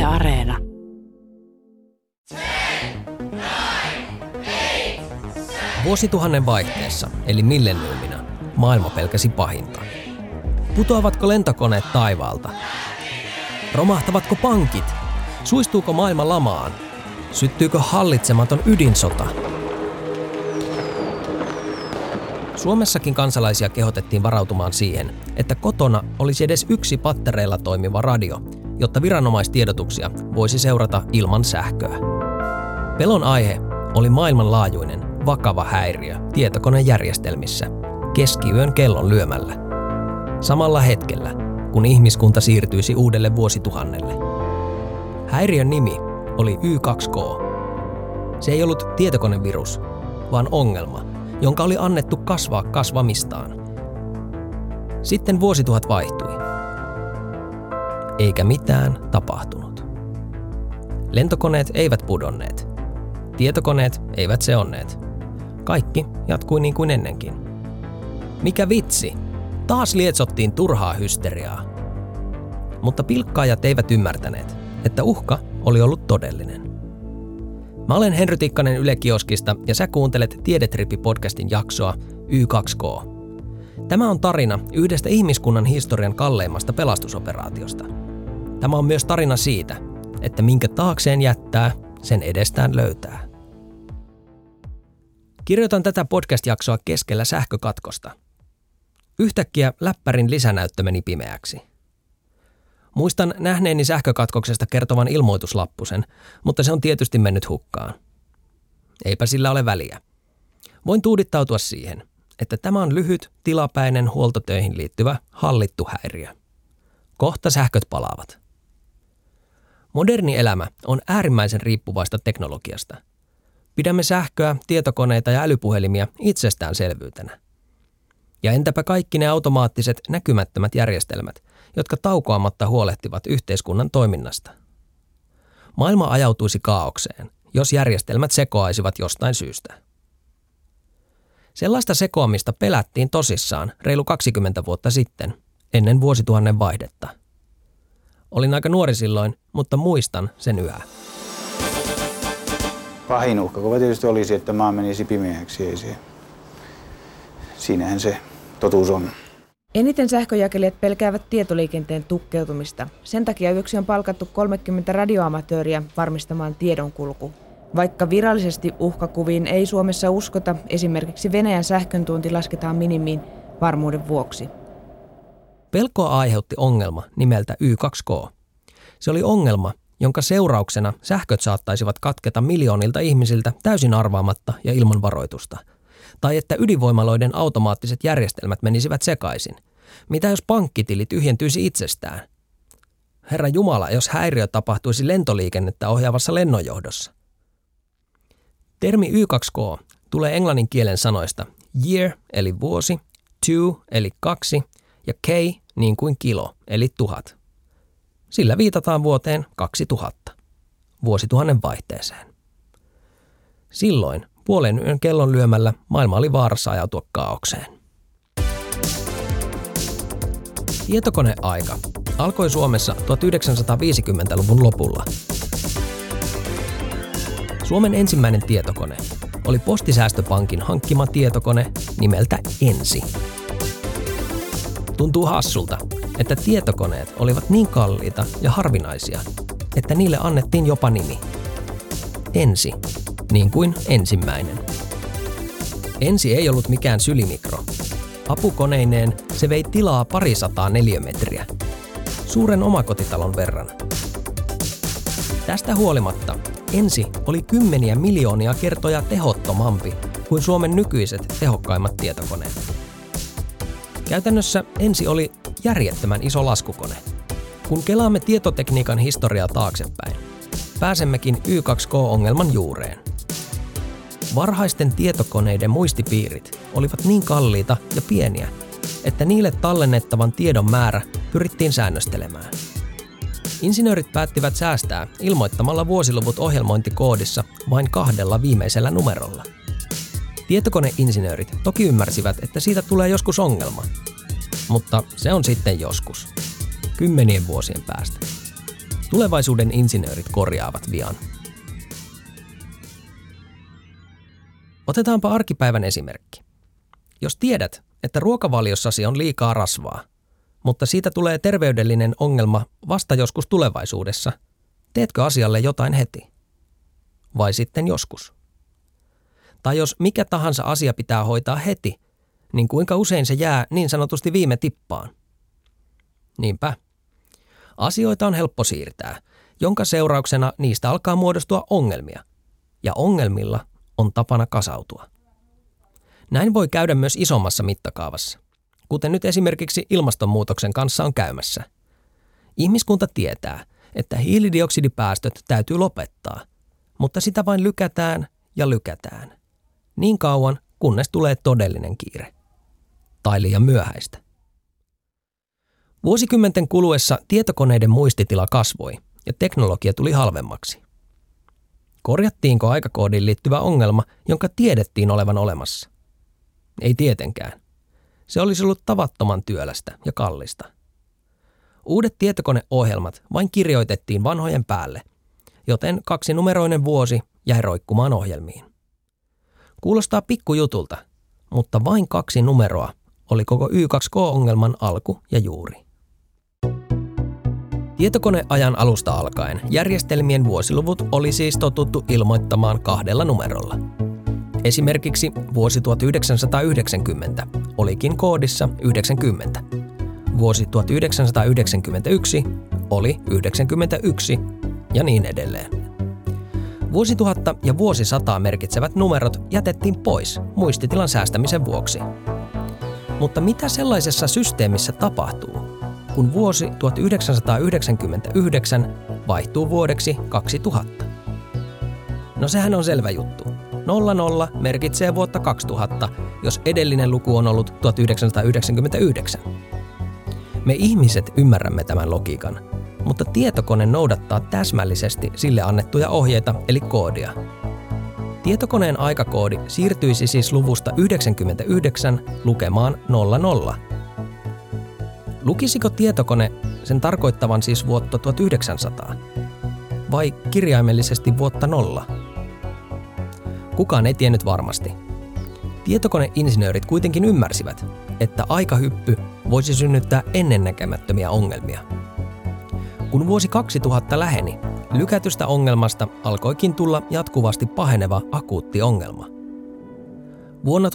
Areena. Vuosituhannen vaihteessa, eli millenniumina, maailma pelkäsi pahinta. Putoavatko lentokoneet taivaalta? Romahtavatko pankit? Suistuuko maailma lamaan? Syttyykö hallitsematon ydinsota? Suomessakin kansalaisia kehotettiin varautumaan siihen, että kotona olisi edes yksi pattereilla toimiva radio, jotta viranomaistiedotuksia voisi seurata ilman sähköä. Pelon aihe oli maailmanlaajuinen, vakava häiriö tietokonejärjestelmissä keskiyön kellon lyömällä. Samalla hetkellä, kun ihmiskunta siirtyisi uudelle vuosituhannelle. Häiriön nimi oli Y2K. Se ei ollut tietokonevirus, vaan ongelma, jonka oli annettu kasvaa kasvamistaan. Sitten vuosituhat vaihtui. Eikä mitään tapahtunut. Lentokoneet eivät pudonneet. Tietokoneet eivät seonneet. Kaikki jatkui niin kuin ennenkin. Mikä vitsi? Taas lietsottiin turhaa hysteriaa. Mutta pilkkaajat eivät ymmärtäneet, että uhka oli ollut todellinen. Mä olen Henry Tikkanen Yle Kioskista ja sä kuuntelet Tiedetrippi-podcastin jaksoa Y2K. Tämä on tarina yhdestä ihmiskunnan historian kalleimmasta pelastusoperaatiosta. Tämä on myös tarina siitä, että minkä taakseen jättää, sen edestään löytää. Kirjoitan tätä podcast-jaksoa keskellä sähkökatkosta. Yhtäkkiä läppärin lisänäyttö meni pimeäksi. Muistan nähneeni sähkökatkoksesta kertovan ilmoituslappusen, mutta se on tietysti mennyt hukkaan. Eipä sillä ole väliä. Voin tuudittautua siihen, että tämä on lyhyt, tilapäinen huoltotöihin liittyvä hallittu häiriö. Kohta sähköt palaavat. Moderni elämä on äärimmäisen riippuvaista teknologiasta. Pidämme sähköä, tietokoneita ja älypuhelimia itsestäänselvyytenä. Ja entäpä kaikki ne automaattiset, näkymättömät järjestelmät, jotka taukoamatta huolehtivat yhteiskunnan toiminnasta? Maailma ajautuisi kaaukseen, jos järjestelmät sekoaisivat jostain syystä. Sellaista sekoamista pelättiin tosissaan reilu 20 vuotta sitten, ennen vuosituhannen vaihdetta. Olin aika nuori silloin, mutta muistan sen yhä. Pahin uhkakuva tietysti olisi, että maa menisi pimeäksi. Siinähän se totuus on. Eniten sähköjakelijat pelkäävät tietoliikenteen tukkeutumista. Sen takia yöksi on palkattu 30 radioamatööriä varmistamaan tiedonkulku. Vaikka virallisesti uhkakuviin ei Suomessa uskota, esimerkiksi Venäjän sähköntuonti lasketaan minimiin varmuuden vuoksi. Pelkoa aiheutti ongelma nimeltä Y2K. Se oli ongelma, jonka seurauksena sähköt saattaisivat katketa miljoonilta ihmisiltä täysin arvaamatta ja ilman varoitusta. Tai että ydinvoimaloiden automaattiset järjestelmät menisivät sekaisin. Mitä jos pankkitili tyhjentyisi itsestään? Herra Jumala, jos häiriö tapahtuisi lentoliikennettä ohjaavassa lennonjohdossa. Termi Y2K tulee englannin kielen sanoista year eli vuosi, two eli 2 ja K niin kuin kilo eli 1000. Sillä viitataan vuoteen 2000, vuosituhannen vaihteeseen. Silloin puolen yön kellon lyömällä maailma oli vaarassa ajautua kaaukseen. Tietokoneaika alkoi Suomessa 1950-luvun lopulla. Suomen ensimmäinen tietokone oli Postisäästöpankin hankkima tietokone nimeltä Ensi. Tuntuu hassulta, että tietokoneet olivat niin kalliita ja harvinaisia, että niille annettiin jopa nimi. Ensi, niin kuin ensimmäinen. Ensi ei ollut mikään sylimikro. Apukoneineen se vei tilaa 200 neliömetriä, suuren omakotitalon verran. Tästä huolimatta Ensi oli kymmeniä miljoonia kertoja tehottomampi kuin Suomen nykyiset tehokkaimmat tietokoneet. Käytännössä Ensi oli järjettömän iso laskukone. Kun kelaamme tietotekniikan historiaa taaksepäin, pääsemmekin Y2K-ongelman juureen. Varhaisten tietokoneiden muistipiirit olivat niin kalliita ja pieniä, että niille tallennettavan tiedon määrä pyrittiin säännöstelemään. Insinöörit päättivät säästää ilmoittamalla vuosiluvut ohjelmointikoodissa vain 2 viimeisellä numerolla. Tietokoneinsinöörit toki ymmärsivät, että siitä tulee joskus ongelma, mutta se on sitten joskus, 10 vuosien päästä. Tulevaisuuden insinöörit korjaavat vian. Otetaanpa arkipäivän esimerkki. Jos tiedät, että ruokavaliossasi on liikaa rasvaa, mutta siitä tulee terveydellinen ongelma vasta joskus tulevaisuudessa, teetkö asialle jotain heti? Vai sitten joskus? Tai jos mikä tahansa asia pitää hoitaa heti, niin kuinka usein se jää niin sanotusti viime tippaan? Niinpä. Asioita on helppo siirtää, jonka seurauksena niistä alkaa muodostua ongelmia, ja ongelmilla on tapana kasautua. Näin voi käydä myös isommassa mittakaavassa, kuten nyt esimerkiksi ilmastonmuutoksen kanssa on käymässä. Ihmiskunta tietää, että hiilidioksidipäästöt täytyy lopettaa, mutta sitä vain lykätään ja lykätään. Niin kauan, kunnes tulee todellinen kiire. Tai liian myöhäistä. Vuosikymmenten kuluessa tietokoneiden muistitila kasvoi ja teknologia tuli halvemmaksi. Korjattiinko aikakoodiin liittyvä ongelma, jonka tiedettiin olevan olemassa? Ei tietenkään. Se olisi ollut tavattoman työlästä ja kallista. Uudet tietokoneohjelmat vain kirjoitettiin vanhojen päälle, joten 2-numeroinen vuosi jäi roikkumaan ohjelmiin. Kuulostaa pikkujutulta, mutta vain 2 numeroa oli koko Y2K-ongelman alku ja juuri. Tietokoneajan alusta alkaen järjestelmien vuosiluvut oli siis totuttu ilmoittamaan 2 numerolla. Esimerkiksi vuosi 1990 olikin koodissa 90. Vuosi 1991 oli 91 ja niin edelleen. Vuosituhatta ja vuosisataa merkitsevät numerot jätettiin pois muistitilan säästämisen vuoksi. Mutta mitä sellaisessa systeemissä tapahtuu, kun vuosi 1999 vaihtuu vuodeksi 2000? No sehän on selvä juttu. 00 merkitsee vuotta 2000, jos edellinen luku on ollut 1999. Me ihmiset ymmärrämme tämän logiikan, mutta tietokone noudattaa täsmällisesti sille annettuja ohjeita eli koodia. Tietokoneen aikakoodi siirtyisi siis luvusta 99 lukemaan 00. Lukisiko tietokone sen tarkoittavan siis vuotta 1900? Vai kirjaimellisesti vuotta 0? Kukaan ei tiennyt varmasti. Tietokoneinsinöörit kuitenkin ymmärsivät, että aikahyppy voisi synnyttää ennennäkemättömiä ongelmia. Kun vuosi 2000 läheni, lykätystä ongelmasta alkoikin tulla jatkuvasti paheneva akuutti ongelma. Vuonna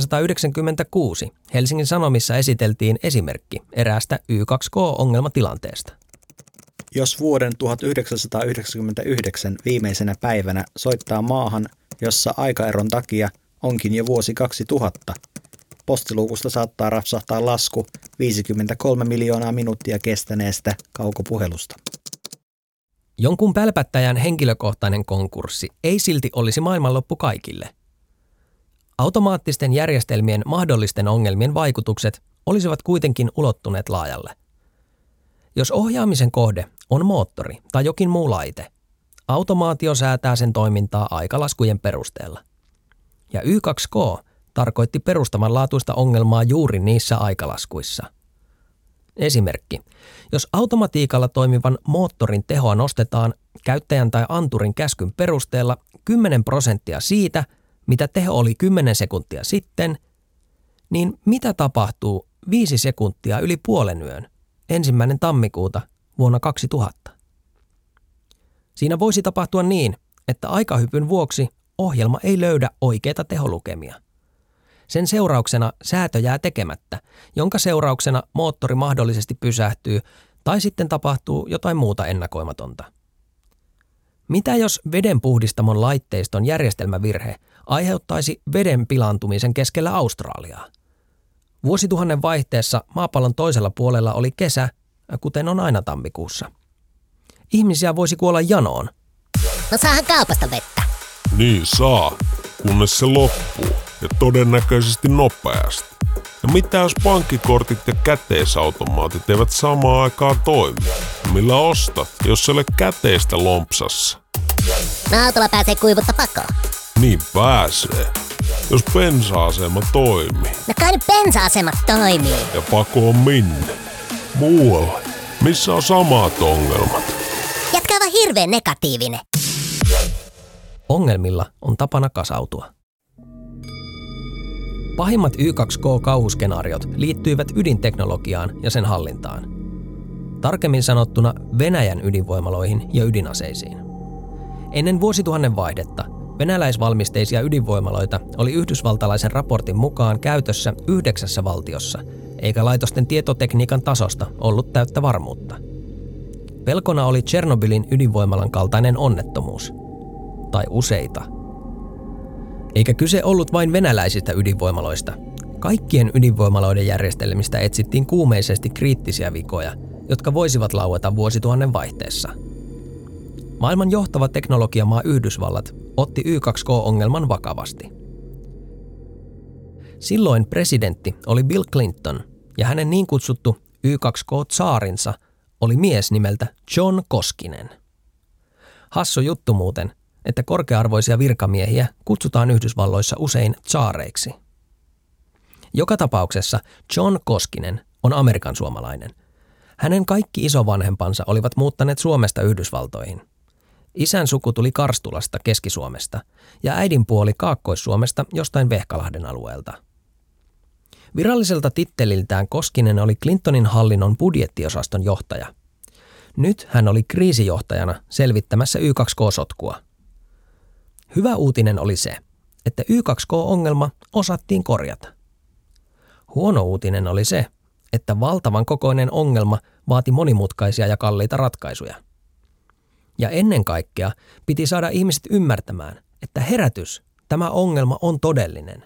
1996 Helsingin Sanomissa esiteltiin esimerkki eräästä Y2K-ongelmatilanteesta. Jos vuoden 1999 viimeisenä päivänä soittaa maahan, jossa aikaeron takia onkin jo vuosi 2000, postiluukusta saattaa rapsahtaa lasku 53 miljoonaa minuuttia kestäneestä kaukopuhelusta. Jonkun pälpättäjän henkilökohtainen konkurssi ei silti olisi maailmanloppu kaikille. Automaattisten järjestelmien mahdollisten ongelmien vaikutukset olisivat kuitenkin ulottuneet laajalle. Jos ohjaamisen kohde on moottori tai jokin muu laite, automaatio säätää sen toimintaa aikalaskujen perusteella. Ja Y2K tarkoitti perustavanlaatuista ongelmaa juuri niissä aikalaskuissa. Esimerkki. Jos automatiikalla toimivan moottorin tehoa nostetaan käyttäjän tai anturin käskyn perusteella 10% siitä, mitä teho oli 10 sekuntia sitten, niin mitä tapahtuu 5 sekuntia yli puolen yön 1. tammikuuta vuonna 2000? Siinä voisi tapahtua niin, että aikahypyn vuoksi ohjelma ei löydä oikeita teholukemia. Sen seurauksena säätö jää tekemättä, jonka seurauksena moottori mahdollisesti pysähtyy tai sitten tapahtuu jotain muuta ennakoimatonta. Mitä jos vedenpuhdistamon laitteiston järjestelmävirhe aiheuttaisi veden pilaantumisen keskellä Australiaa? Vuosituhannen vaihteessa maapallon toisella puolella oli kesä, kuten on aina tammikuussa. Ihmisiä voisi kuolla janoon. No saahan kaupasta vettä. Niin saa, kunnes se loppuu ja todennäköisesti nopeasti. Ja mitä jos pankkikortit ja käteisautomaatit eivät samaan aikaan toimi? Millä ostat, jos ei ole käteistä lompsassa? No autolla pääsee kuivutta pakoon. Niin pääsee, jos bensa-asema toimii. No kai nyt bensa-asemat toimii. Ja pako on minne? Muualle, missä on samat ongelmat. Jätkä on hirveän negatiivinen. Ongelmilla on tapana kasautua. Pahimmat Y2K-kauhuskenaariot liittyivät ydinteknologiaan ja sen hallintaan. Tarkemmin sanottuna Venäjän ydinvoimaloihin ja ydinaseisiin. Ennen vuosituhannen vaihdetta venäläisvalmisteisia ydinvoimaloita oli yhdysvaltalaisen raportin mukaan käytössä 9 valtiossa, eikä laitosten tietotekniikan tasosta ollut täyttä varmuutta. Pelkona oli Tšernobylin ydinvoimalan kaltainen onnettomuus. Tai useita. Eikä kyse ollut vain venäläisistä ydinvoimaloista. Kaikkien ydinvoimaloiden järjestelmistä etsittiin kuumeisesti kriittisiä vikoja, jotka voisivat laueta vuosituhannen vaihteessa. Maailman johtava teknologiamaa Yhdysvallat otti Y2K-ongelman vakavasti. Silloin presidentti oli Bill Clinton ja hänen niin kutsuttu Y2K-tsaarinsa oli mies nimeltä John Koskinen. Hassu juttu muuten, että korkea-arvoisia virkamiehiä kutsutaan Yhdysvalloissa usein tsaareiksi. Joka tapauksessa John Koskinen on Amerikan suomalainen. Hänen kaikki isovanhempansa olivat muuttaneet Suomesta Yhdysvaltoihin. Isän suku tuli Karstulasta Keski-Suomesta ja äidin puoli Kaakkois-Suomesta jostain Vehkalahden alueelta. Viralliselta titteliltään Koskinen oli Clintonin hallinnon budjettiosaston johtaja. Nyt hän oli kriisijohtajana selvittämässä Y2K-sotkua. Hyvä uutinen oli se, että Y2K-ongelma osattiin korjata. Huono uutinen oli se, että valtavan kokoinen ongelma vaati monimutkaisia ja kalliita ratkaisuja. Ja ennen kaikkea piti saada ihmiset ymmärtämään, että herätys, tämä ongelma on todellinen.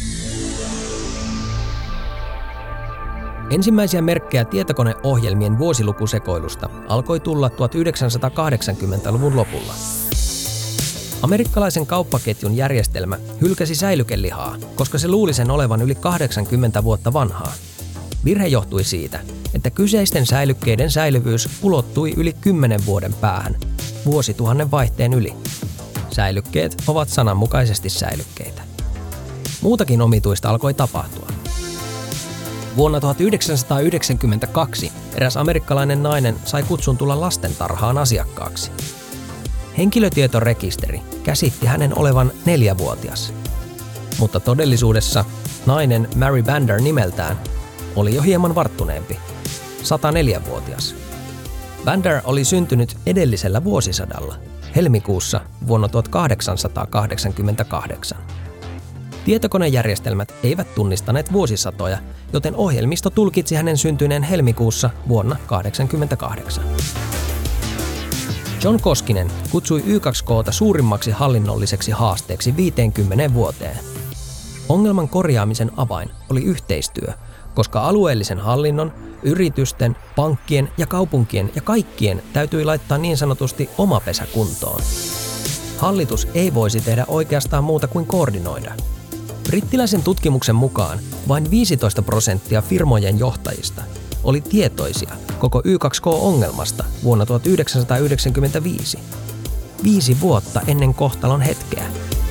Ensimmäisiä merkkejä tietokoneohjelmien vuosilukusekoilusta alkoi tulla 1980-luvun lopulla. Amerikkalaisen kauppaketjun järjestelmä hylkäsi säilykelihaa, koska se luuli sen olevan yli 80 vuotta vanhaa. Virhe johtui siitä, että kyseisten säilykkeiden säilyvyys ulottui yli 10 vuoden päähän, vuosituhannen vaihteen yli. Säilykkeet ovat sananmukaisesti säilykkeitä. Muutakin omituista alkoi tapahtua. Vuonna 1992 eräs amerikkalainen nainen sai kutsun tulla lastentarhaan asiakkaaksi. Henkilötietorekisteri käsitti hänen olevan 4-vuotias. Mutta todellisuudessa nainen Mary Bander nimeltään oli jo hieman varttuneempi, 104-vuotias. Bander oli syntynyt edellisellä vuosisadalla, helmikuussa vuonna 1888. Tietokonejärjestelmät eivät tunnistaneet vuosisatoja, joten ohjelmisto tulkitsi hänen syntyneen helmikuussa vuonna 1988. John Koskinen kutsui Y2K:ta suurimmaksi hallinnolliseksi haasteeksi 50 vuoteen. Ongelman korjaamisen avain oli yhteistyö, koska alueellisen hallinnon, yritysten, pankkien ja kaupunkien ja kaikkien täytyi laittaa niin sanotusti oma pesä kuntoon. Hallitus ei voisi tehdä oikeastaan muuta kuin koordinoida. Brittiläisen tutkimuksen mukaan vain 15% firmojen johtajista oli tietoisia koko Y2K-ongelmasta vuonna 1995, 5 vuotta ennen kohtalon hetkeä.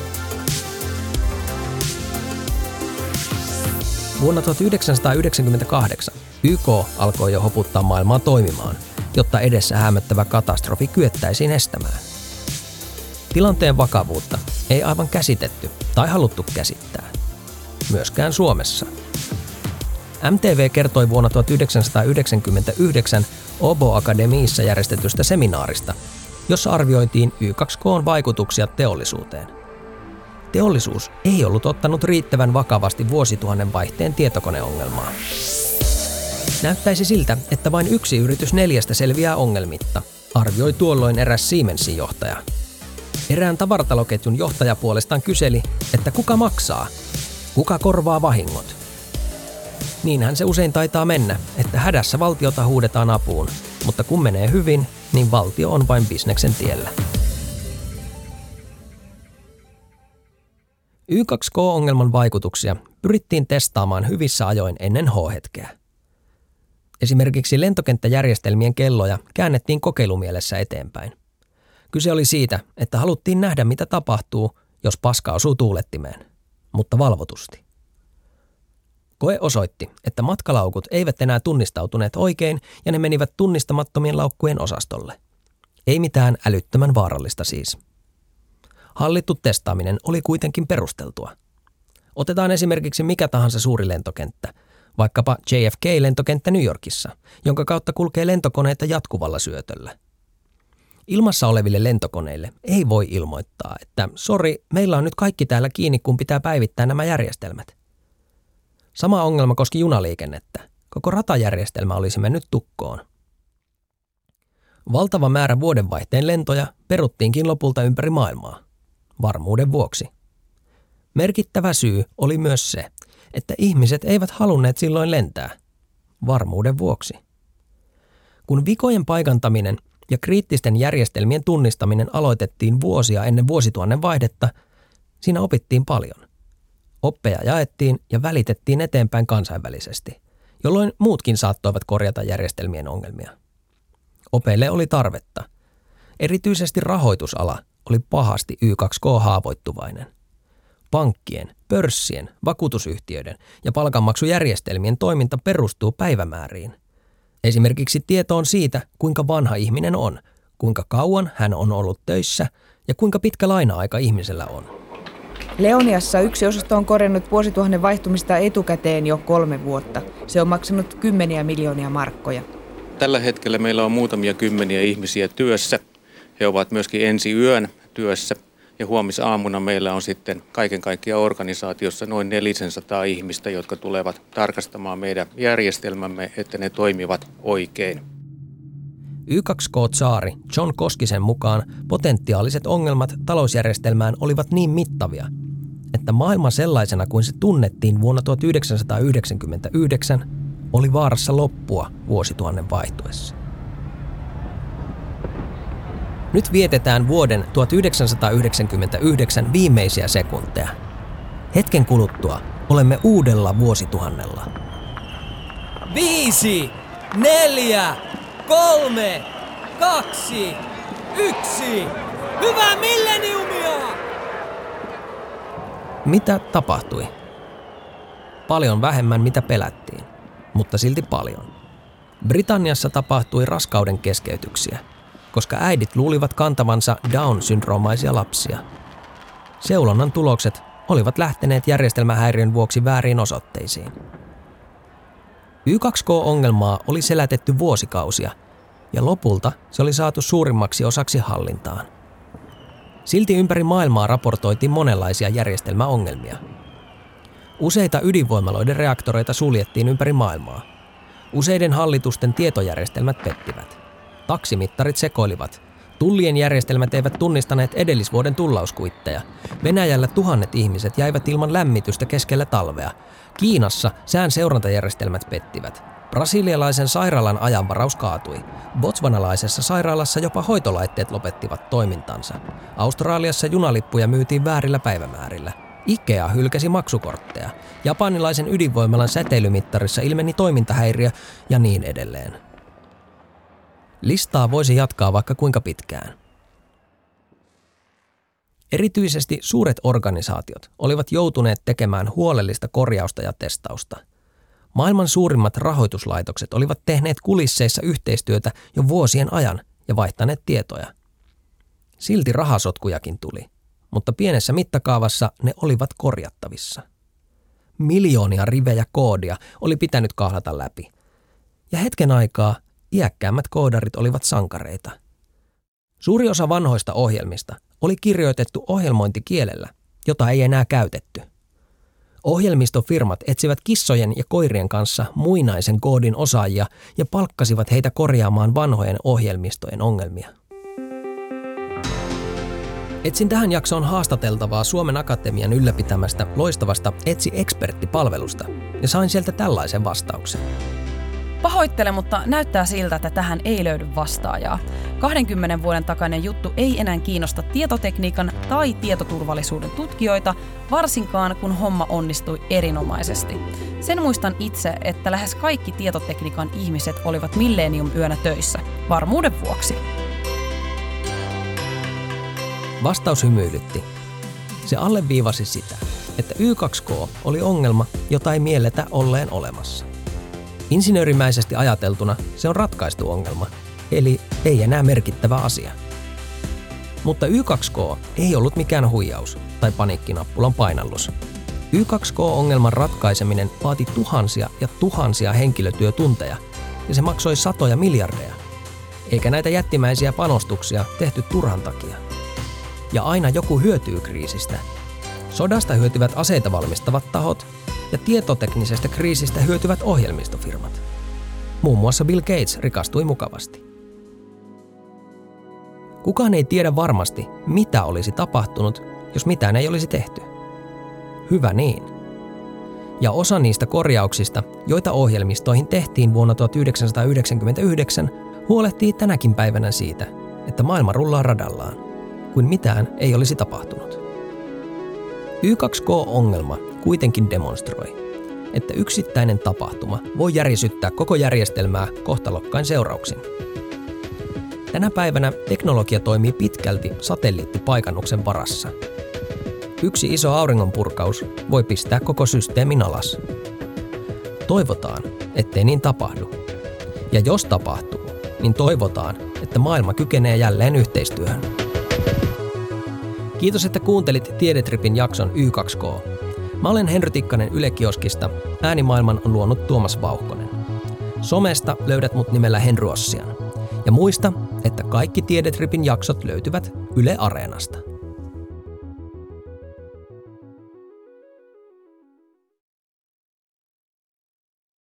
Vuonna 1998 YK alkoi jo hoputtaa maailmaa toimimaan, jotta edessä häämöttävä katastrofi kyettäisiin estämään. Tilanteen vakavuutta ei aivan käsitetty tai haluttu käsittää. Myöskään Suomessa. MTV kertoi vuonna 1999 Åbo Akademiissa järjestetystä seminaarista, jossa arvioitiin Y2K:n vaikutuksia teollisuuteen. Teollisuus ei ollut ottanut riittävän vakavasti vuosituhannen vaihteen tietokoneongelmaa. Näyttäisi siltä, että vain yksi yritys 4 selviää ongelmitta, arvioi tuolloin eräs Siemensin johtaja. Erään tavarataloketjun johtaja puolestaan kyseli, että kuka maksaa, kuka korvaa vahingot. Niinhän se usein taitaa mennä, että hädässä valtiota huudetaan apuun, mutta kun menee hyvin, niin valtio on vain bisneksen tiellä. Y2K-ongelman vaikutuksia pyrittiin testaamaan hyvissä ajoin ennen H-hetkeä. Esimerkiksi lentokenttäjärjestelmien kelloja käännettiin kokeilumielessä eteenpäin. Kyse oli siitä, että haluttiin nähdä mitä tapahtuu, jos paska osuu tuulettimeen, mutta valvotusti. Koe osoitti, että matkalaukut eivät enää tunnistautuneet oikein ja ne menivät tunnistamattomien laukkujen osastolle. Ei mitään älyttömän vaarallista siis. Hallittu testaaminen oli kuitenkin perusteltua. Otetaan esimerkiksi mikä tahansa suuri lentokenttä, vaikkapa JFK-lentokenttä New Yorkissa, jonka kautta kulkee lentokoneita jatkuvalla syötöllä. Ilmassa oleville lentokoneille ei voi ilmoittaa, että sori, meillä on nyt kaikki täällä kiinni, kun pitää päivittää nämä järjestelmät. Sama ongelma koski junaliikennettä. Koko ratajärjestelmä olisi mennyt tukkoon. Valtava määrä vuodenvaihteen lentoja peruttiinkin lopulta ympäri maailmaa. Varmuuden vuoksi. Merkittävä syy oli myös se, että ihmiset eivät halunneet silloin lentää. Varmuuden vuoksi. Kun vikojen paikantaminen ja kriittisten järjestelmien tunnistaminen aloitettiin vuosia ennen vuosituhannen vaihdetta, siinä opittiin paljon. Oppeja jaettiin ja välitettiin eteenpäin kansainvälisesti, jolloin muutkin saattoivat korjata järjestelmien ongelmia. Opeille oli tarvetta. Erityisesti rahoitusala oli pahasti Y2K-haavoittuvainen. Pankkien, pörssien, vakuutusyhtiöiden ja palkanmaksujärjestelmien toiminta perustuu päivämääriin. Esimerkiksi tietoon siitä, kuinka vanha ihminen on, kuinka kauan hän on ollut töissä ja kuinka pitkä laina-aika ihmisellä on. Leoniassa yksi osasto on korjannut vuosituhannen vaihtumista etukäteen jo 3 vuotta. Se on maksanut 10 miljoonia markkoja. Tällä hetkellä meillä on muutamia kymmeniä ihmisiä työssä. He ovat myöskin ensi yön työssä ja huomisaamuna meillä on sitten kaiken kaikkiaan organisaatiossa noin 400 ihmistä, jotka tulevat tarkastamaan meidän järjestelmämme, että ne toimivat oikein. Y2K-tsaari John Koskisen mukaan potentiaaliset ongelmat talousjärjestelmään olivat niin mittavia, että maailma sellaisena kuin se tunnettiin vuonna 1999 oli vaarassa loppua vuosituhannen vaihtuessa. Nyt vietetään vuoden 1999 viimeisiä sekunteja. Hetken kuluttua olemme uudella vuosituhannella. 5, 4, 3, 2, 1. Hyvää milleniumia! Mitä tapahtui? Paljon vähemmän mitä pelättiin, mutta silti paljon. Britanniassa tapahtui raskauden keskeytyksiä, koska äidit luulivat kantavansa Down-syndroomaisia lapsia. Seulonnan tulokset olivat lähteneet järjestelmähäiriön vuoksi vääriin osoitteisiin. Y2K-ongelmaa oli selätetty vuosikausia, ja lopulta se oli saatu suurimmaksi osaksi hallintaan. Silti ympäri maailmaa raportoitiin monenlaisia järjestelmäongelmia. Useita ydinvoimaloiden reaktoreita suljettiin ympäri maailmaa. Useiden hallitusten tietojärjestelmät pettivät. Taksimittarit sekoilivat. Tullien järjestelmät eivät tunnistaneet edellisvuoden tullauskuitteja. Venäjällä 1000 ihmiset jäivät ilman lämmitystä keskellä talvea. Kiinassa sään seurantajärjestelmät pettivät. Brasilialaisen sairaalan ajanvaraus kaatui. Botswanalaisessa sairaalassa jopa hoitolaitteet lopettivat toimintansa. Australiassa junalippuja myytiin väärillä päivämäärillä. IKEA hylkäsi maksukortteja. Japanilaisen ydinvoimalan säteilymittarissa ilmeni toimintahäiriö ja niin edelleen. Listaa voisi jatkaa vaikka kuinka pitkään. Erityisesti suuret organisaatiot olivat joutuneet tekemään huolellista korjausta ja testausta. Maailman suurimmat rahoituslaitokset olivat tehneet kulisseissa yhteistyötä jo vuosien ajan ja vaihtaneet tietoja. Silti rahasotkujakin tuli, mutta pienessä mittakaavassa ne olivat korjattavissa. Miljoonia rivejä koodia oli pitänyt kahlata läpi. Ja hetken aikaa iäkkäämmät koodarit olivat sankareita. Suuri osa vanhoista ohjelmista oli kirjoitettu ohjelmointikielellä, jota ei enää käytetty. Ohjelmistofirmat etsivät kissojen ja koirien kanssa muinaisen koodin osaajia ja palkkasivat heitä korjaamaan vanhojen ohjelmistojen ongelmia. Etsin tähän jaksoon haastateltavaa Suomen Akatemian ylläpitämästä loistavasta Etsi-eksperttipalvelusta ja sain sieltä tällaisen vastauksen. Pahoittelen, mutta näyttää siltä, että tähän ei löydy vastaajaa. 20 vuoden takainen juttu ei enää kiinnosta tietotekniikan tai tietoturvallisuuden tutkijoita, varsinkaan kun homma onnistui erinomaisesti. Sen muistan itse, että lähes kaikki tietotekniikan ihmiset olivat Millennium-yönä töissä, varmuuden vuoksi. Vastaus hymyilytti. Se alleviivasi sitä, että Y2K oli ongelma, jota ei mielletä olleen olemassa. Insinöörimäisesti ajateltuna se on ratkaistu ongelma, eli ei enää merkittävä asia. Mutta Y2K ei ollut mikään huijaus tai paniikkinappulan painallus. Y2K-ongelman ratkaiseminen vaati tuhansia ja tuhansia henkilötyötunteja, ja se maksoi satoja miljardeja. Eikä näitä jättimäisiä panostuksia tehty turhan takia. Ja aina joku hyötyy kriisistä. Sodasta hyötyvät aseita valmistavat tahot, ja tietoteknisestä kriisistä hyötyvät ohjelmistofirmat. Muun muassa Bill Gates rikastui mukavasti. Kukaan ei tiedä varmasti, mitä olisi tapahtunut, jos mitään ei olisi tehty. Hyvä niin. Ja osa niistä korjauksista, joita ohjelmistoihin tehtiin vuonna 1999, huolehtii tänäkin päivänä siitä, että maailma rullaa radallaan, kuin mitään ei olisi tapahtunut. Y2K-ongelma kuitenkin demonstroi, että yksittäinen tapahtuma voi järisyttää koko järjestelmää kohtalokkain seurauksin. Tänä päivänä teknologia toimii pitkälti satelliittipaikannuksen varassa. Yksi iso auringonpurkaus voi pistää koko systeemin alas. Toivotaan, ettei niin tapahdu. Ja jos tapahtuu, niin toivotaan, että maailma kykenee jälleen yhteistyöhön. Kiitos, että kuuntelit Tiedetripin jakson Y2K. Mä olen Henry Tikkanen Yle Kioskista. Äänimaailman on luonut Tuomas Vauhkonen. Somesta löydät mut nimellä Henry Ossian. Ja muista, että kaikki Tiedetripin jaksot löytyvät Yle Areenasta.